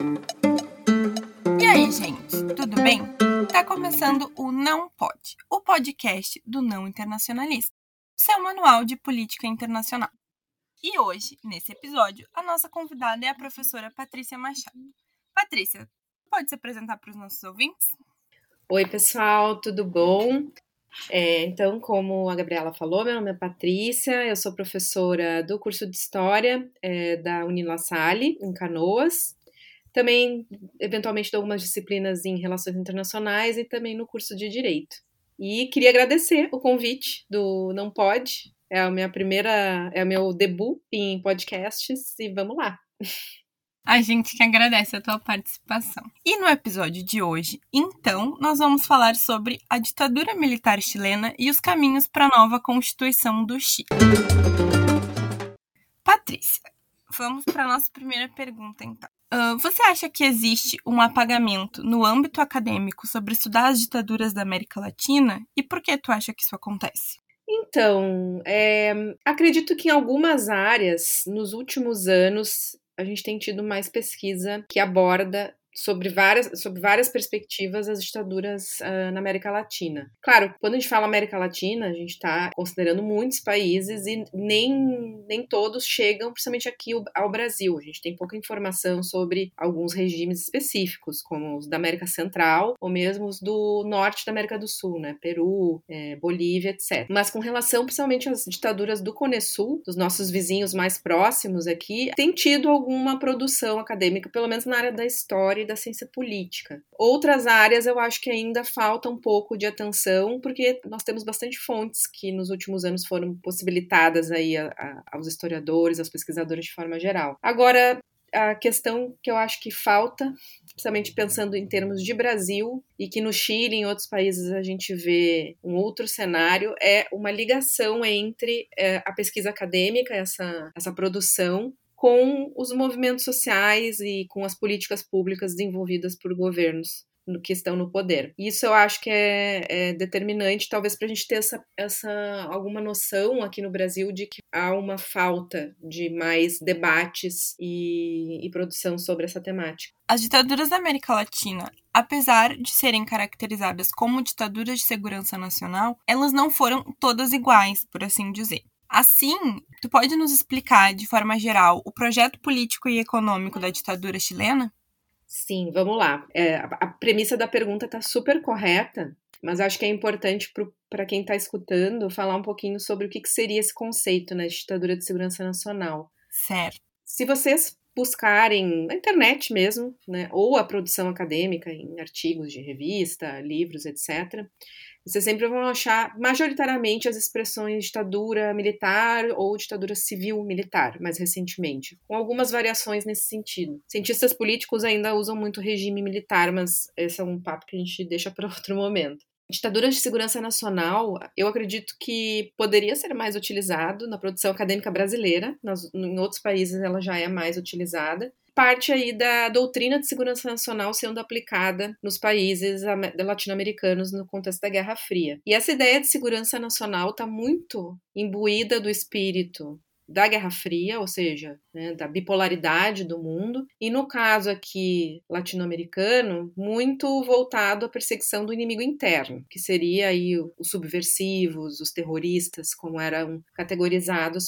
E aí, gente, tudo bem? Tá começando o Não Pode, o podcast do Não Internacionalista, seu manual de política internacional. E hoje, nesse episódio, a nossa convidada é a professora Patrícia Machado. Patrícia, pode se apresentar para os nossos ouvintes? Oi, pessoal, tudo bom? Então, como a Gabriela falou, meu nome é Patrícia, eu sou professora do curso de História da Unilassalle, em Canoas. Também, eventualmente, dou algumas disciplinas em Relações Internacionais e também no curso de Direito. E queria agradecer o convite do Não Pode, é o meu debut em podcasts e vamos lá. A gente que agradece a tua participação. E no episódio de hoje, então, nós vamos falar sobre a ditadura militar chilena e os caminhos para a nova Constituição do Chile. Patrícia, vamos para a nossa primeira pergunta, então. Você acha que existe um apagamento no âmbito acadêmico sobre estudar as ditaduras da América Latina? E por que tu acha que isso acontece? Então, acredito que em algumas áreas, nos últimos anos, a gente tem tido mais pesquisa que aborda sobre várias perspectivas as ditaduras na América Latina. Claro, quando a gente fala América Latina, a gente está considerando muitos países e nem todos chegam principalmente aqui ao Brasil. A gente tem pouca informação sobre alguns regimes específicos, como os da América Central ou mesmo os do norte da América do Sul, né? Peru, Bolívia, etc. Mas com relação principalmente às ditaduras do Cone Sul, dos nossos vizinhos mais próximos aqui, tem tido alguma produção acadêmica, pelo menos na área da história e da ciência política. Outras áreas eu acho que ainda falta um pouco de atenção, porque nós temos bastante fontes que nos últimos anos foram possibilitadas aí aos historiadores, aos pesquisadores de forma geral. Agora, a questão que eu acho que falta, principalmente pensando em termos de Brasil, e que no Chile e em outros países a gente vê um outro cenário, é uma ligação entre a pesquisa acadêmica, essa produção, com os movimentos sociais e com as políticas públicas desenvolvidas por governos que estão no poder. Isso eu acho que é determinante, talvez, para a gente ter alguma noção aqui no Brasil de que há uma falta de mais debates e produção sobre essa temática. As ditaduras da América Latina, apesar de serem caracterizadas como ditaduras de segurança nacional, elas não foram todas iguais, por assim dizer. Assim, tu pode nos explicar, de forma geral, o projeto político e econômico da ditadura chilena? Sim, vamos lá. A premissa da pergunta está super correta, mas acho que é importante para quem está escutando falar um pouquinho sobre o que seria esse conceito, né, de ditadura de segurança nacional. Certo. Se vocês buscarem na internet mesmo, né, ou a produção acadêmica em artigos de revista, livros, etc., vocês sempre vão achar majoritariamente as expressões ditadura militar ou ditadura civil-militar, mais recentemente, com algumas variações nesse sentido. Cientistas políticos ainda usam muito regime militar, mas esse é um papo que a gente deixa para outro momento. Ditadura de segurança nacional, eu acredito que poderia ser mais utilizado na produção acadêmica brasileira, em outros países ela já é mais utilizada. Parte aí da doutrina de segurança nacional sendo aplicada nos países latino-americanos no contexto da Guerra Fria. E essa ideia de segurança nacional está muito imbuída do espírito da Guerra Fria, ou seja, né, da bipolaridade do mundo, e no caso aqui latino-americano, muito voltado à perseguição do inimigo interno, que seria aí os subversivos, os terroristas, como eram categorizados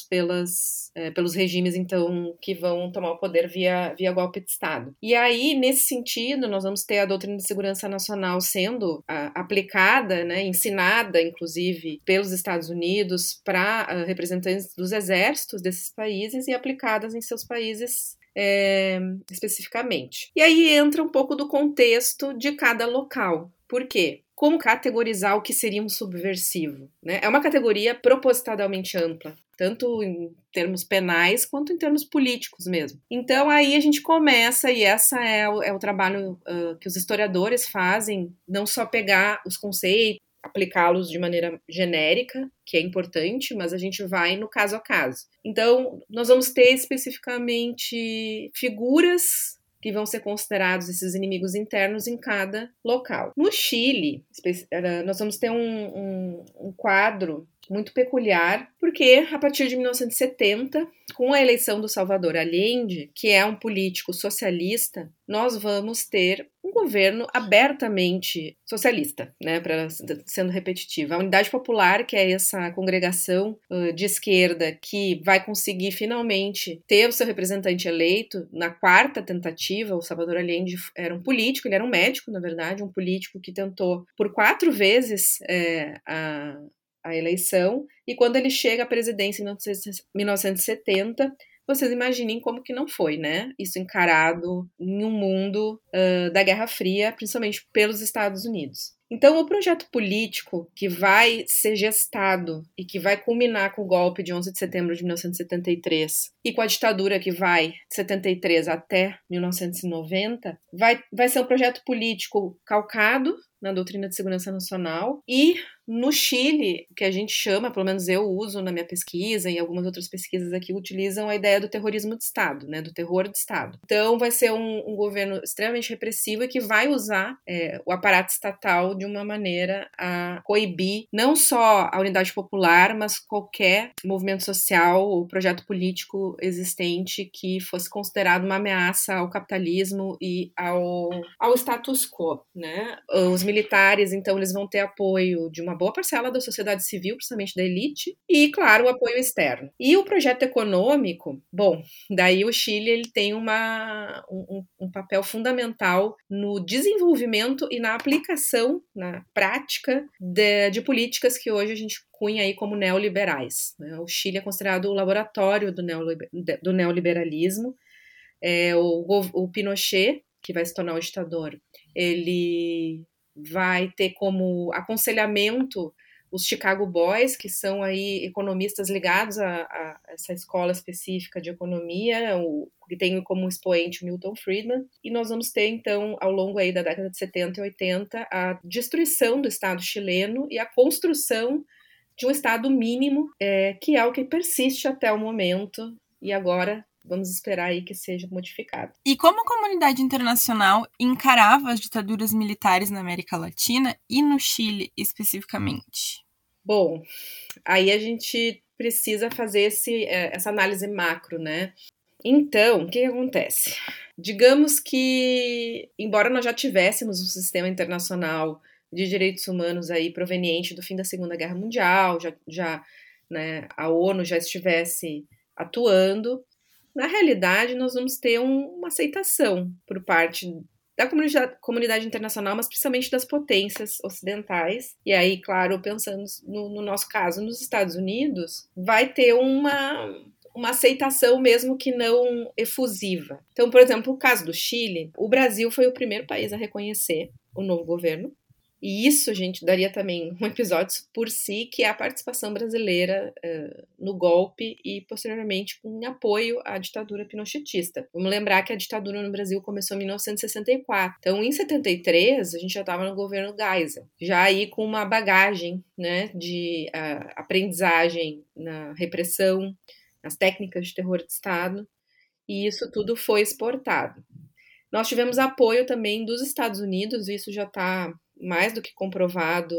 pelos regimes, então, que vão tomar o poder via golpe de Estado. E aí, nesse sentido, nós vamos ter a doutrina de segurança nacional sendo aplicada, né, ensinada, inclusive, pelos Estados Unidos para representantes dos exércitos desses países e aplicadas em seus países especificamente. E aí entra um pouco do contexto de cada local. Por quê? Como categorizar o que seria um subversivo? Né? É uma categoria propositadamente ampla, tanto em termos penais quanto em termos políticos mesmo. Então aí a gente começa, e essa é o trabalho que os historiadores fazem, não só pegar os conceitos, aplicá-los de maneira genérica, que é importante, mas a gente vai no caso a caso. Então, nós vamos ter especificamente figuras que vão ser considerados esses inimigos internos em cada local. No Chile, nós vamos ter um quadro muito peculiar, porque a partir de 1970, com a eleição do Salvador Allende, que é um político socialista, nós vamos ter um governo abertamente socialista, né, sendo repetitiva. A Unidade Popular, que é essa congregação de esquerda que vai conseguir finalmente ter o seu representante eleito na quarta tentativa. O Salvador Allende era um político, ele era um médico, na verdade, um político que tentou por 4 vezes a eleição, e quando ele chega à presidência em 1970, vocês imaginem como que não foi, né? Isso encarado em um mundo da Guerra Fria, principalmente pelos Estados Unidos. Então, o projeto político que vai ser gestado e que vai culminar com o golpe de 11 de setembro de 1973 e com a ditadura que vai de 73 até 1990, vai ser um projeto político calcado na doutrina de segurança nacional. E no Chile, que a gente chama, pelo menos eu uso na minha pesquisa e algumas outras pesquisas aqui utilizam a ideia do terrorismo de Estado, né, do terror de Estado. Então vai ser um governo extremamente repressivo e que vai usar o aparato estatal de uma maneira a coibir não só a unidade popular, mas qualquer movimento social ou projeto político existente que fosse considerado uma ameaça ao capitalismo e ao status quo, né? Os militares, então, eles vão ter apoio de uma boa parcela da sociedade civil, principalmente da elite, e, claro, o apoio externo. E o projeto econômico, bom, daí o Chile ele tem um papel fundamental no desenvolvimento e na aplicação, na prática de políticas que hoje a gente cunha aí como neoliberais, né? O Chile é considerado o laboratório do neoliberalismo. O Pinochet, que vai se tornar o ditador, ele vai ter como aconselhamento os Chicago Boys, que são aí economistas ligados a essa escola específica de economia, que tem como expoente o Milton Friedman. E nós vamos ter, então, ao longo aí da década de 70 e 80, a destruição do Estado chileno e a construção de um Estado mínimo, que é o que persiste até o momento, e agora vamos esperar aí que seja modificado. E como a comunidade internacional encarava as ditaduras militares na América Latina e no Chile especificamente? Bom, aí a gente precisa fazer essa análise macro, né? Então, o que acontece? Digamos que, embora nós já tivéssemos um sistema internacional de direitos humanos aí proveniente do fim da Segunda Guerra Mundial, né, a ONU já estivesse atuando, na realidade nós vamos ter uma aceitação por parte da comunidade internacional, mas principalmente das potências ocidentais. E aí, claro, pensando no nosso caso, nos Estados Unidos, vai ter uma aceitação mesmo que não efusiva. Então, por exemplo, o caso do Chile, o Brasil foi o primeiro país a reconhecer o novo governo. E isso, gente, daria também um episódio por si, que é a participação brasileira no golpe e, posteriormente, em apoio à ditadura pinochetista. Vamos lembrar que a ditadura no Brasil começou em 1964. Então, em 73, a gente já estava no governo Geisel, já aí com uma bagagem, né, de aprendizagem na repressão, nas técnicas de terror de Estado, e isso tudo foi exportado. Nós tivemos apoio também dos Estados Unidos, e isso já está mais do que comprovado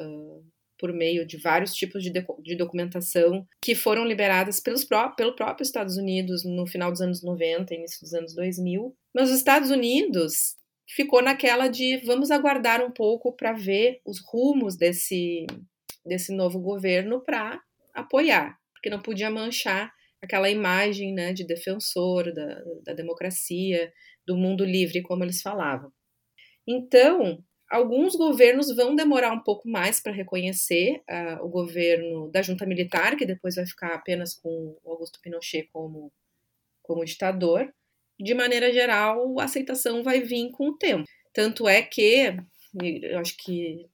por meio de vários tipos de documentação que foram liberadas pelo próprio Estados Unidos no final dos anos 90, início dos anos 2000. Mas os Estados Unidos ficou naquela de vamos aguardar um pouco para ver os rumos desse novo governo para apoiar, porque não podia manchar aquela imagem, né, de defensor da democracia, do mundo livre, como eles falavam. Então, alguns governos vão demorar um pouco mais para reconhecer o governo da junta militar, que depois vai ficar apenas com o Augusto Pinochet como ditador. De maneira geral, a aceitação vai vir com o tempo. Tanto é que, eu acho que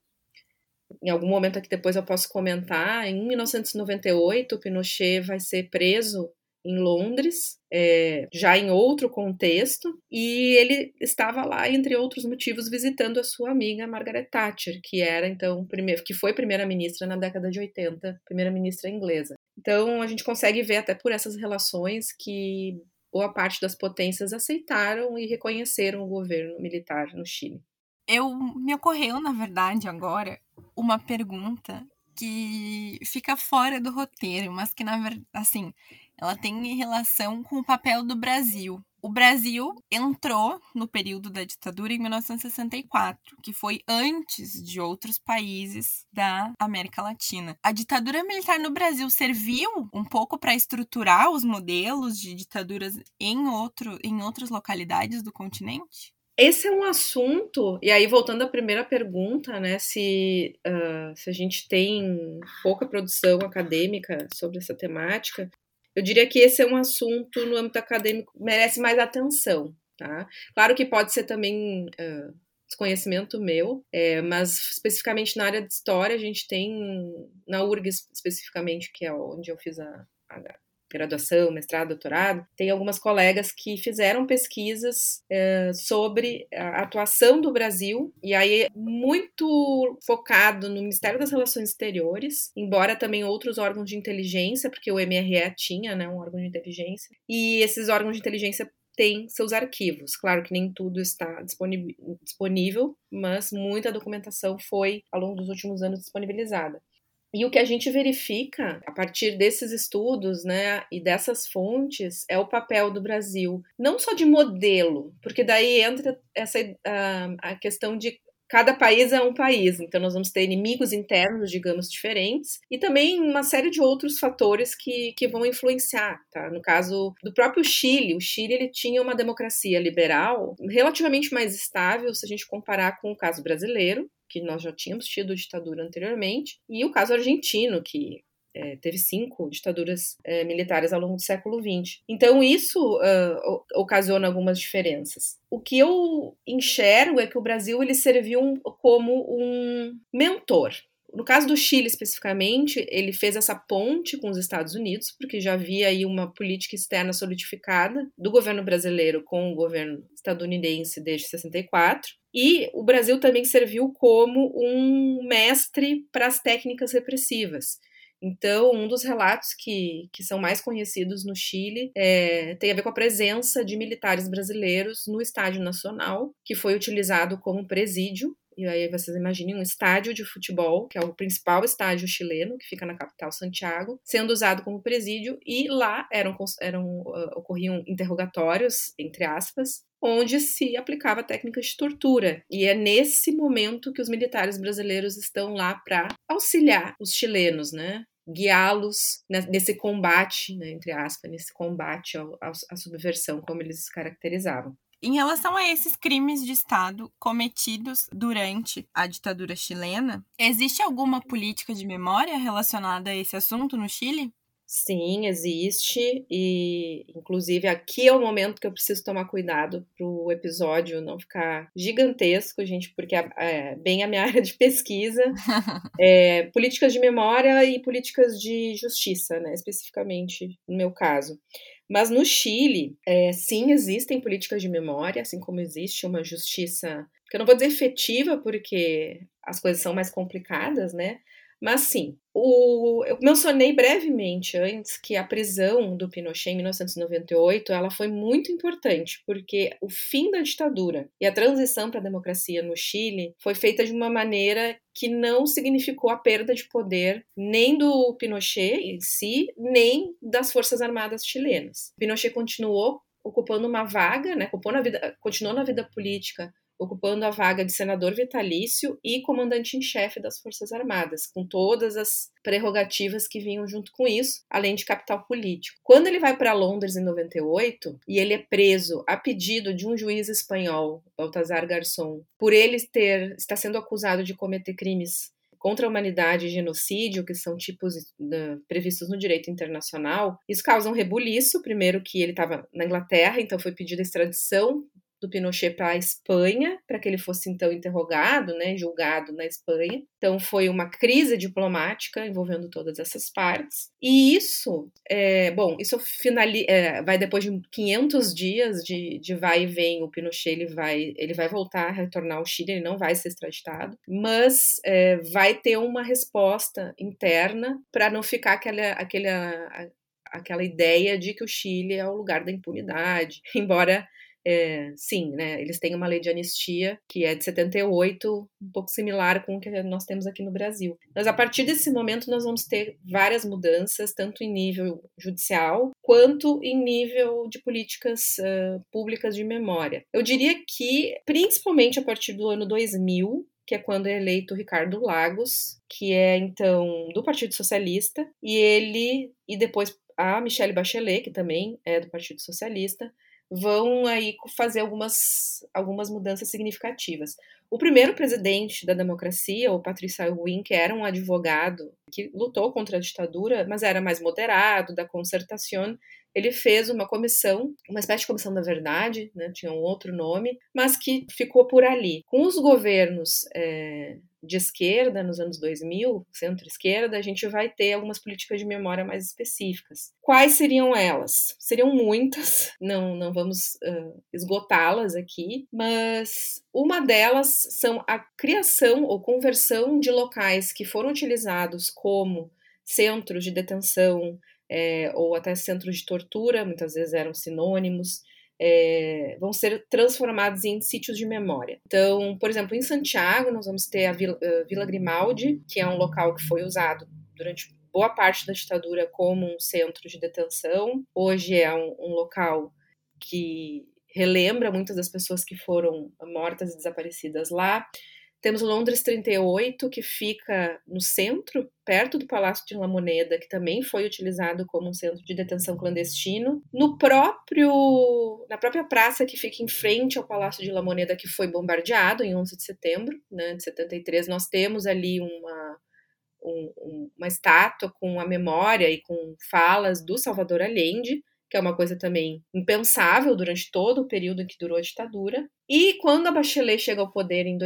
em algum momento aqui depois eu posso comentar, em 1998, o Pinochet vai ser preso em Londres, já em outro contexto, e ele estava lá, entre outros motivos, visitando a sua amiga Margaret Thatcher, que era então que foi primeira-ministra na década de 80, primeira-ministra inglesa. Então a gente consegue ver até por essas relações que boa parte das potências aceitaram e reconheceram o governo militar no Chile. Me ocorreu, na verdade, agora, uma pergunta que fica fora do roteiro, mas que, na verdade, assim, ela tem relação com o papel do Brasil. O Brasil entrou no período da ditadura em 1964, que foi antes de outros países da América Latina. A ditadura militar no Brasil serviu um pouco para estruturar os modelos de ditaduras em outras localidades do continente? Esse é um assunto, e aí voltando à primeira pergunta, né, se a gente tem pouca produção acadêmica sobre essa temática, eu diria que esse é um assunto no âmbito acadêmico que merece mais atenção, tá? Claro que pode ser também desconhecimento meu, mas especificamente na área de história a gente tem, na URGS especificamente, que é onde eu fiz a graduação, mestrado, doutorado, tem algumas colegas que fizeram pesquisas sobre a atuação do Brasil, e aí muito focado no Ministério das Relações Exteriores, embora também outros órgãos de inteligência, porque o MRE tinha, né, um órgão de inteligência, e esses órgãos de inteligência têm seus arquivos. Claro que nem tudo está disponível, mas muita documentação foi, ao longo dos últimos anos, disponibilizada. E o que a gente verifica a partir desses estudos, né, e dessas fontes, é o papel do Brasil, não só de modelo, porque daí entra a questão de cada país é um país, então nós vamos ter inimigos internos, digamos, diferentes, e também uma série de outros fatores que vão influenciar, tá? No caso do próprio Chile, o Chile ele tinha uma democracia liberal relativamente mais estável se a gente comparar com o caso brasileiro, que nós já tínhamos tido ditadura anteriormente, e o caso argentino, que teve 5 ditaduras militares ao longo do século XX. Então, isso ocasiona algumas diferenças. O que eu enxergo é que o Brasil ele serviu como um mentor. No caso do Chile, especificamente, ele fez essa ponte com os Estados Unidos, porque já havia aí uma política externa solidificada do governo brasileiro com o governo estadunidense desde 64, e o Brasil também serviu como um mestre para as técnicas repressivas. Então, um dos relatos que são mais conhecidos no Chile tem a ver com a presença de militares brasileiros no Estádio Nacional, que foi utilizado como presídio. E aí vocês imaginem um estádio de futebol, que é o principal estádio chileno, que fica na capital Santiago, sendo usado como presídio, e lá ocorriam interrogatórios, entre aspas, onde se aplicava técnicas de tortura. E é nesse momento que os militares brasileiros estão lá para auxiliar os chilenos, né? Guiá-los nesse combate, né, entre aspas, nesse combate à subversão, como eles se caracterizavam. Em relação a esses crimes de Estado cometidos durante a ditadura chilena, existe alguma política de memória relacionada a esse assunto no Chile? Sim, existe, e inclusive aqui é o momento que eu preciso tomar cuidado para o episódio não ficar gigantesco, gente, porque é bem a minha área de pesquisa. Políticas de memória e políticas de justiça, né, especificamente no meu caso. Mas no Chile, sim, existem políticas de memória, assim como existe uma justiça, que eu não vou dizer efetiva, porque as coisas são mais complicadas, né? Mas sim, eu mencionei brevemente antes que a prisão do Pinochet em 1998 ela foi muito importante, porque o fim da ditadura e a transição para a democracia no Chile foi feita de uma maneira que não significou a perda de poder nem do Pinochet em si, nem das Forças Armadas chilenas. Pinochet continuou ocupando uma vaga, né, continuou na vida política, ocupando a vaga de senador vitalício e comandante em chefe das Forças Armadas, com todas as prerrogativas que vinham junto com isso, além de capital político. Quando ele vai para Londres em 98 e ele é preso a pedido de um juiz espanhol, Baltasar Garzón, por ele estar sendo acusado de cometer crimes contra a humanidade e genocídio, que são tipos previstos no direito internacional, isso causa um rebuliço. Primeiro que ele estava na Inglaterra, então foi pedida a extradição do Pinochet para a Espanha, para que ele fosse então interrogado, né, julgado na Espanha. Então foi uma crise diplomática envolvendo todas essas partes. E isso, vai depois de 500 dias de vai e vem. O Pinochet ele vai voltar a retornar ao Chile, ele não vai ser extraditado, mas vai ter uma resposta interna para não ficar aquela ideia de que o Chile é o lugar da impunidade, embora sim, né, eles têm uma lei de anistia que é de 78, um pouco similar com o que nós temos aqui no Brasil. Mas a partir desse momento nós vamos ter várias mudanças, tanto em nível judicial quanto em nível de políticas públicas de memória. Eu diria que, principalmente a partir do ano 2000, que é quando é eleito Ricardo Lagos, que é, então, do Partido Socialista, e depois a Michelle Bachelet, que também é do Partido Socialista, vão aí fazer algumas mudanças significativas. O primeiro presidente da democracia, o Patrice Aylwin, que era um advogado que lutou contra a ditadura, mas era mais moderado, da concertación, ele fez uma comissão, uma espécie de comissão da verdade, né, tinha um outro nome, mas que ficou por ali. Com os governos de esquerda, nos anos 2000, centro-esquerda, a gente vai ter algumas políticas de memória mais específicas. Quais seriam elas? Seriam muitas, não vamos esgotá-las aqui, mas uma delas são a criação ou conversão de locais que foram utilizados como centros de detenção, ou até centros de tortura, muitas vezes eram sinônimos, vão ser transformados em sítios de memória. Então, por exemplo, em Santiago, nós vamos ter a Vila Grimaldi, que é um local que foi usado durante boa parte da ditadura como um centro de detenção. Hoje é um local que relembra muitas das pessoas que foram mortas e desaparecidas lá. Temos o Londres 38, que fica no centro, perto do Palácio de La Moneda, que também foi utilizado como um centro de detenção clandestino. Na própria praça que fica em frente ao Palácio de La Moneda, que foi bombardeado em 11 de setembro, né, de 73, nós temos ali uma estátua com a memória e com falas do Salvador Allende, que é uma coisa também impensável durante todo o período em que durou a ditadura. E quando a Bachelet chega ao poder em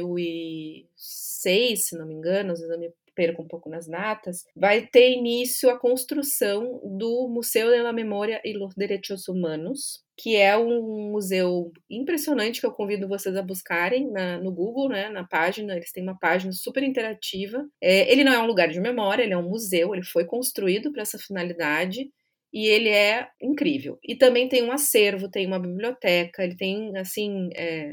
2006, se não me engano, às vezes eu me perco um pouco nas datas, vai ter início a construção do Museu de la Memoria y los Derechos Humanos, que é um museu impressionante que eu convido vocês a buscarem no Google, né, na página. Eles têm uma página super interativa. Ele não é um lugar de memória, ele é um museu, ele foi construído para essa finalidade. E ele é incrível. E também tem um acervo, tem uma biblioteca, ele tem, assim,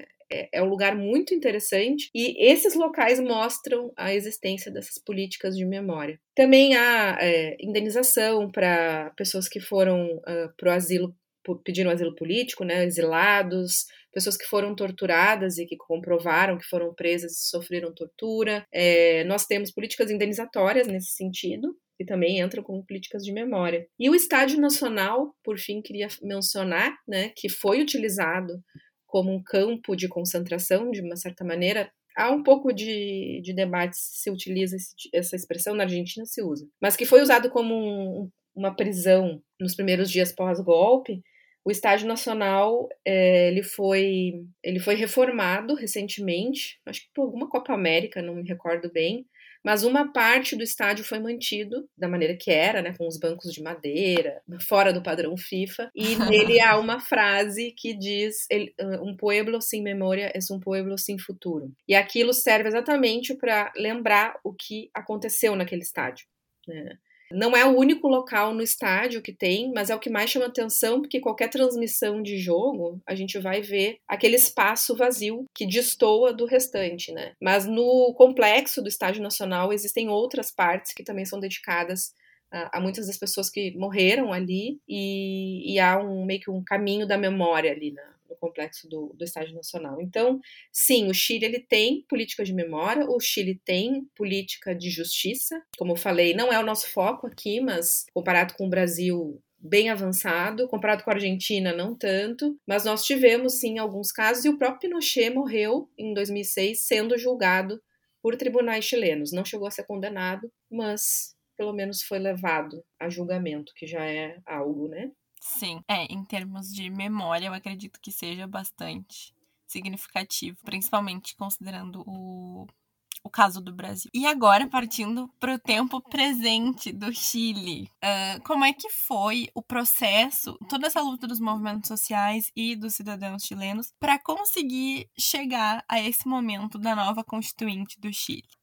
é um lugar muito interessante. E esses locais mostram a existência dessas políticas de memória. Também há indenização para pessoas que foram para o asilo, pediram asilo político, né, exilados, pessoas que foram torturadas e que comprovaram que foram presas e sofreram tortura. Nós temos políticas indenizatórias nesse sentido, que também entram como políticas de memória. E o Estádio Nacional, por fim, queria mencionar, né, que foi utilizado como um campo de concentração, de uma certa maneira. Há um pouco de debate se utiliza essa expressão, na Argentina se usa, mas que foi usado como uma prisão nos primeiros dias pós-golpe. O Estádio Nacional, ele foi reformado recentemente, acho que por alguma Copa América, não me recordo bem, mas uma parte do estádio foi mantido da maneira que era, né, com os bancos de madeira, fora do padrão FIFA, e nele há uma frase que diz: um pueblo sem memória é um pueblo sem futuro. E aquilo serve exatamente para lembrar o que aconteceu naquele estádio, né? Não é o único local no estádio que tem, mas é o que mais chama atenção, porque qualquer transmissão de jogo, a gente vai ver aquele espaço vazio que destoa do restante, né? Mas no complexo do Estádio Nacional existem outras partes que também são dedicadas a muitas das pessoas que morreram ali, e há meio que um caminho da memória ali no complexo do Estádio Nacional. Então, sim, o Chile ele tem política de memória, o Chile tem política de justiça. Como eu falei, não é o nosso foco aqui, mas comparado com o Brasil, bem avançado, comparado com a Argentina, não tanto, mas nós tivemos, sim, alguns casos, e o próprio Pinochet morreu em 2006 sendo julgado por tribunais chilenos. Não chegou a ser condenado, mas pelo menos foi levado a julgamento, que já é algo, né? Sim, em termos de memória, eu acredito que seja bastante significativo, principalmente considerando o caso do Brasil. E agora, partindo para o tempo presente do Chile, como é que foi o processo, toda essa luta dos movimentos sociais e dos cidadãos chilenos para conseguir chegar a esse momento da nova Constituinte do Chile?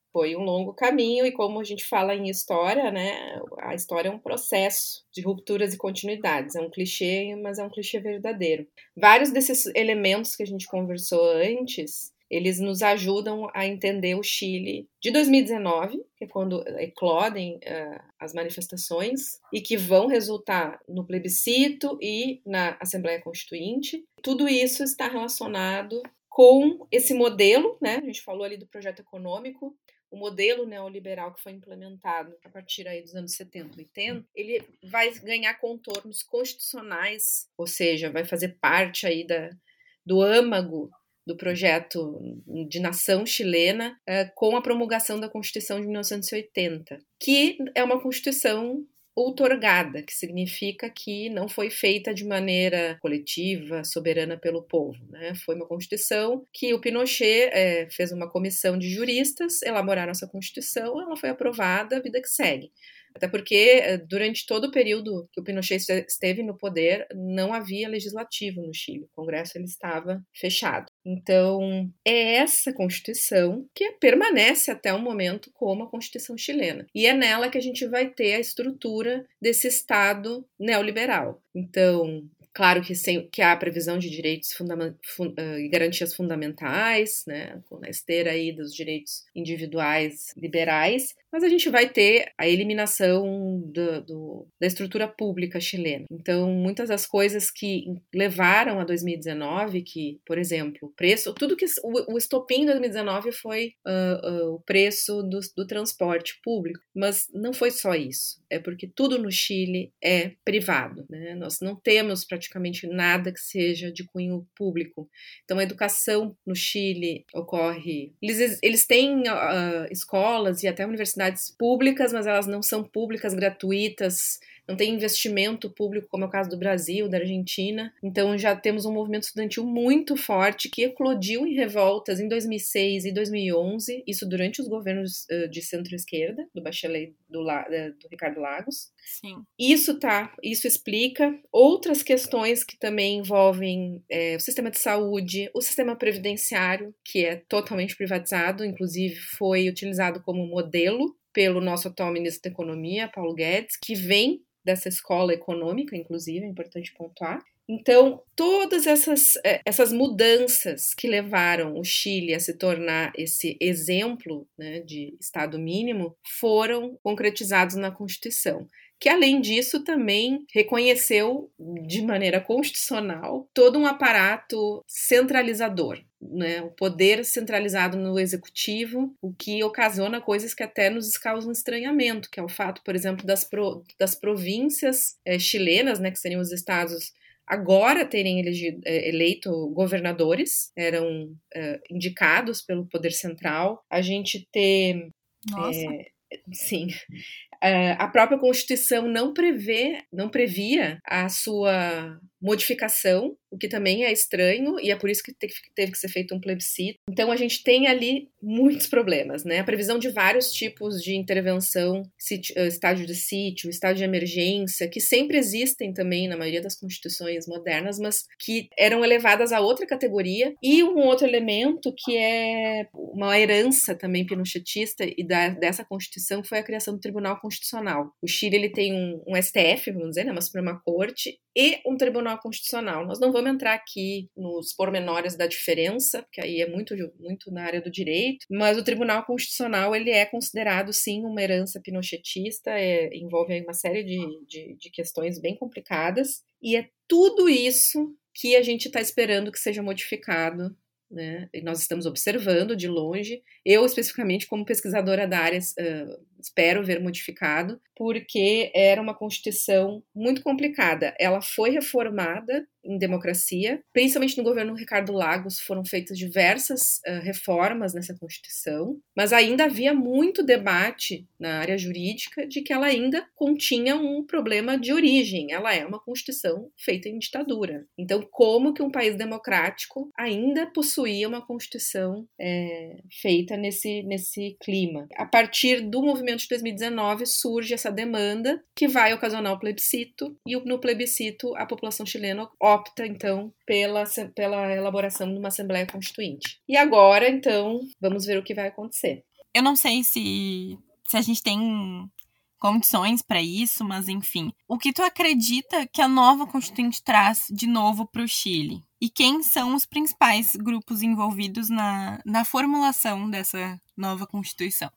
Foi um longo caminho e como a gente fala em história, né, a história é um processo de rupturas e continuidades. É um clichê, mas é um clichê verdadeiro. Vários desses elementos que a gente conversou antes, eles nos ajudam a entender o Chile de 2019, que é quando eclodem as manifestações e que vão resultar no plebiscito e na Assembleia Constituinte. Tudo isso está relacionado com esse modelo, né? A gente falou ali do projeto econômico, o modelo neoliberal que foi implementado a partir aí dos anos 70, 80, ele vai ganhar contornos constitucionais, ou seja, vai fazer parte aí do âmago do projeto de nação chilena com a promulgação da Constituição de 1980, que é uma Constituição outorgada, que significa que não foi feita de maneira coletiva, soberana pelo povo, né? Foi uma Constituição que o Pinochet fez uma comissão de juristas, elaboraram essa Constituição, ela foi aprovada, a vida que segue. Até porque, durante todo o período que o Pinochet esteve no poder, não havia legislativo no Chile. O Congresso ele estava fechado. Então, é essa Constituição que permanece até o momento como a Constituição chilena. E é nela que a gente vai ter a estrutura desse Estado neoliberal. Então, claro que há previsão de direitos e garantias fundamentais, né, na esteira aí dos direitos individuais liberais, mas a gente vai ter a eliminação da estrutura pública chilena. Então, muitas das coisas que levaram a 2019, que, por exemplo, o preço, o estopim de 2019 foi o preço do transporte público, mas não foi só isso, é porque tudo no Chile é privado, né? Nós não temos praticamente nada que seja de cunho público. Então, a educação no Chile ocorre... Eles têm escolas e até universidades públicas, mas elas não são públicas, gratuitas, não tem investimento público, como é o caso do Brasil, da Argentina. Então, já temos um movimento estudantil muito forte que eclodiu em revoltas em 2006 e 2011, isso durante os governos de centro-esquerda, do Bachelet, do Ricardo Lagos. Sim. Isso explica outras questões que também envolvem o sistema de saúde, o sistema previdenciário, que é totalmente privatizado, inclusive foi utilizado como modelo pelo nosso atual ministro da Economia, Paulo Guedes, que vem dessa escola econômica, inclusive, é importante pontuar. Então, todas essas mudanças que levaram o Chile a se tornar esse exemplo, né, de Estado mínimo foram concretizados na Constituição, que, além disso, também reconheceu de maneira constitucional todo um aparato centralizador, né? O poder centralizado no executivo, o que ocasiona coisas que até nos causam estranhamento, que é o fato, por exemplo, das províncias chilenas, né, que seriam os estados, agora terem eleito governadores, eram indicados pelo poder central. A gente ter... Nossa. Sim. A própria Constituição não previa a sua modificação, o que também é estranho, e é por isso que teve que ser feito um plebiscito. Então, a gente tem ali muitos problemas, né? A previsão de vários tipos de intervenção, estágio de sítio, estágio de emergência, que sempre existem também na maioria das constituições modernas, mas que eram elevadas a outra categoria. E um outro elemento que é uma herança também pinochetista e dessa Constituição foi a criação do Tribunal Constitucional. O Chile ele tem um STF, vamos dizer, né, uma Suprema Corte, e um Tribunal Constitucional. Nós não vamos entrar aqui nos pormenores da diferença, porque aí é muito, muito na área do direito, mas o Tribunal Constitucional ele é considerado, sim, uma herança pinochetista, envolve aí uma série de questões bem complicadas, e é tudo isso que a gente está esperando que seja modificado, né? E nós estamos observando de longe. Eu, especificamente, como pesquisadora da área, espero ver modificado, porque era uma Constituição muito complicada. Ela foi reformada em democracia, principalmente no governo Ricardo Lagos, foram feitas diversas reformas nessa Constituição, mas ainda havia muito debate na área jurídica de que ela ainda continha um problema de origem. Ela é uma Constituição feita em ditadura. Então, como que um país democrático ainda possuía uma Constituição feita nesse clima? A partir do movimento de 2019 surge essa demanda que vai ocasionar o plebiscito, e no plebiscito a população chilena opta, então, pela elaboração de uma Assembleia Constituinte. E agora, então, vamos ver o que vai acontecer. Eu não sei se a gente tem condições para isso, mas enfim. O que tu acredita que a nova Constituinte traz de novo para o Chile? E quem são os principais grupos envolvidos na formulação dessa nova Constituição?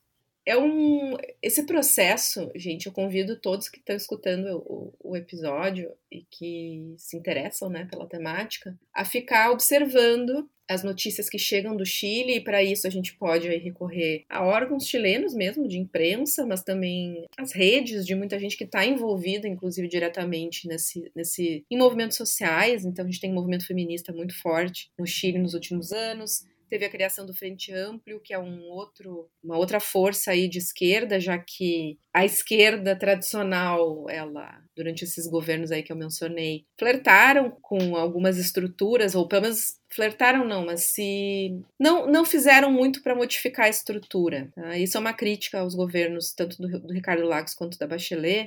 Esse processo, gente, eu convido todos que estão escutando o episódio e que se interessam, né, pela temática, a ficar observando as notícias que chegam do Chile, e para isso a gente pode aí recorrer a órgãos chilenos mesmo, de imprensa, mas também as redes de muita gente que está envolvida, inclusive diretamente em movimentos sociais. Então a gente tem um movimento feminista muito forte no Chile nos últimos anos. Teve a criação do Frente Amplio, que é uma outra força aí de esquerda, já que a esquerda tradicional, ela, durante esses governos aí que eu mencionei, flertaram com algumas estruturas, ou pelo menos flertaram não, mas não fizeram muito para modificar a estrutura. Tá? Isso é uma crítica aos governos, tanto do Ricardo Lagos quanto da Bachelet,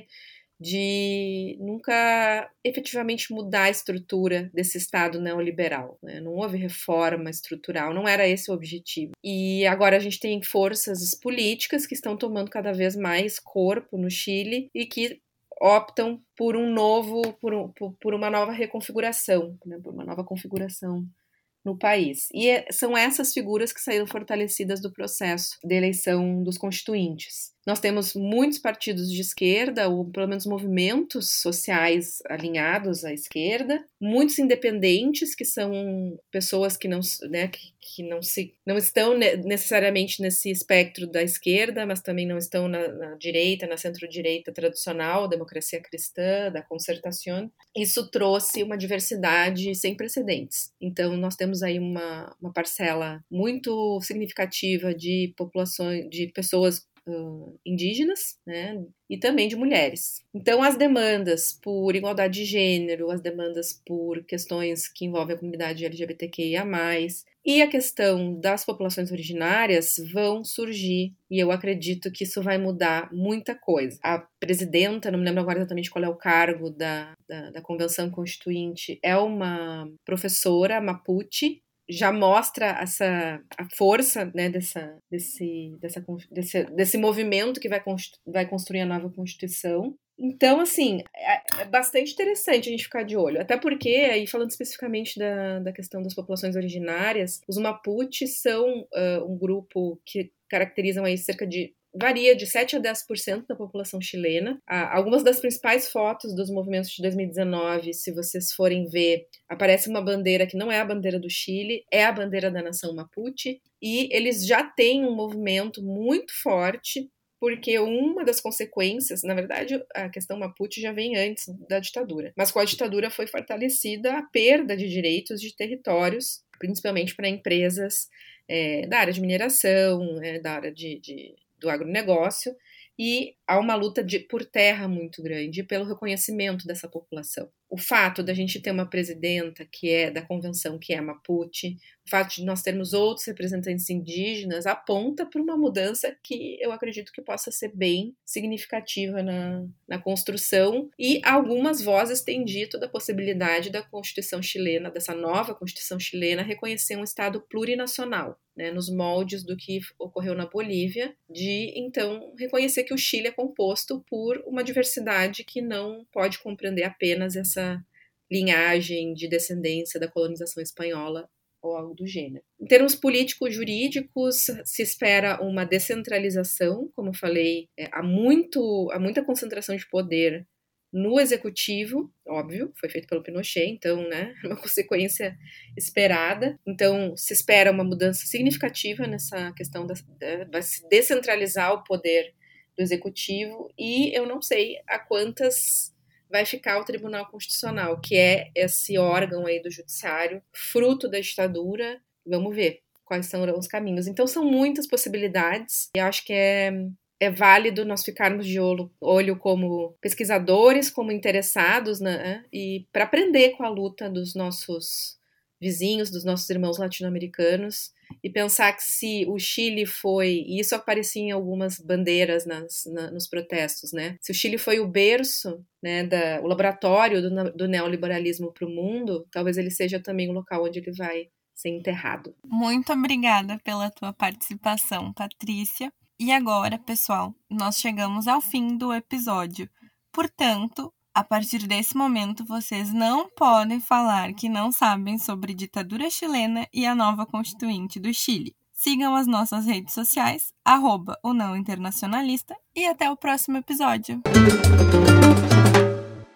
de nunca efetivamente mudar a estrutura desse Estado neoliberal. Né? Não houve reforma estrutural, não era esse o objetivo. E agora a gente tem forças políticas que estão tomando cada vez mais corpo no Chile e que optam por por uma nova reconfiguração, né? Por uma nova configuração no país. E são essas figuras que saíram fortalecidas do processo de eleição dos constituintes. Nós temos muitos partidos de esquerda, ou pelo menos movimentos sociais alinhados à esquerda, muitos independentes, que são pessoas que não estão necessariamente nesse espectro da esquerda, mas também não estão na direita, na centro-direita tradicional, democracia cristã, da concertación. Isso trouxe uma diversidade sem precedentes. Então, nós temos aí uma parcela muito significativa de populações, de pessoas indígenas, né, e também de mulheres. Então, as demandas por igualdade de gênero, as demandas por questões que envolvem a comunidade LGBTQIA+, e a questão das populações originárias vão surgir, e eu acredito que isso vai mudar muita coisa. A presidenta, não me lembro agora exatamente qual é o cargo da Convenção Constituinte, é uma professora mapuche, já mostra a força, né, desse movimento que vai construir a nova Constituição. Então, assim, é bastante interessante a gente ficar de olho. Até porque, aí falando especificamente da questão das populações originárias, os Mapuches são um grupo que caracterizam aí varia de 7 a 10% da população chilena. Algumas das principais fotos dos movimentos de 2019, se vocês forem ver, aparece uma bandeira que não é a bandeira do Chile, é a bandeira da nação Mapuche, e eles já têm um movimento muito forte, porque uma das consequências, na verdade, a questão Mapuche já vem antes da ditadura, mas com a ditadura foi fortalecida a perda de direitos de territórios, principalmente para empresas da área de mineração, da área do agronegócio, e há uma luta por terra muito grande pelo reconhecimento dessa população. O fato da gente ter uma presidenta que é da convenção, que é Mapuche, o fato de nós termos outros representantes indígenas, aponta para uma mudança que eu acredito que possa ser bem significativa na construção, e algumas vozes têm dito da possibilidade da Constituição chilena, dessa nova Constituição chilena, reconhecer um Estado plurinacional, né, nos moldes do que ocorreu na Bolívia, de então reconhecer que o Chile é composto por uma diversidade que não pode compreender apenas essa linhagem de descendência da colonização espanhola ou algo do gênero. Em termos políticos jurídicos, se espera uma descentralização, como eu falei, há muita concentração de poder no executivo, óbvio, foi feito pelo Pinochet, então, né, uma consequência esperada. Então, se espera uma mudança significativa nessa questão vai se descentralizar o poder do executivo, e eu não sei a quantas vai ficar o Tribunal Constitucional, que é esse órgão aí do judiciário, fruto da ditadura. Vamos ver quais são os caminhos. Então, são muitas possibilidades, e acho que é válido nós ficarmos de olho como pesquisadores, como interessados, né, e para aprender com a luta dos nossos vizinhos, dos nossos irmãos latino-americanos, e pensar que se o Chile foi, e isso aparecia em algumas bandeiras nos protestos, né? Se o Chile foi o berço, né, o laboratório do neoliberalismo para o mundo, talvez ele seja também o local onde ele vai ser enterrado. Muito obrigada pela tua participação, Patrícia. E agora, pessoal, nós chegamos ao fim do episódio. Portanto, a partir desse momento, vocês não podem falar que não sabem sobre ditadura chilena e a nova Constituinte do Chile. Sigam as nossas redes sociais, @o Não Internacionalista, e até o próximo episódio.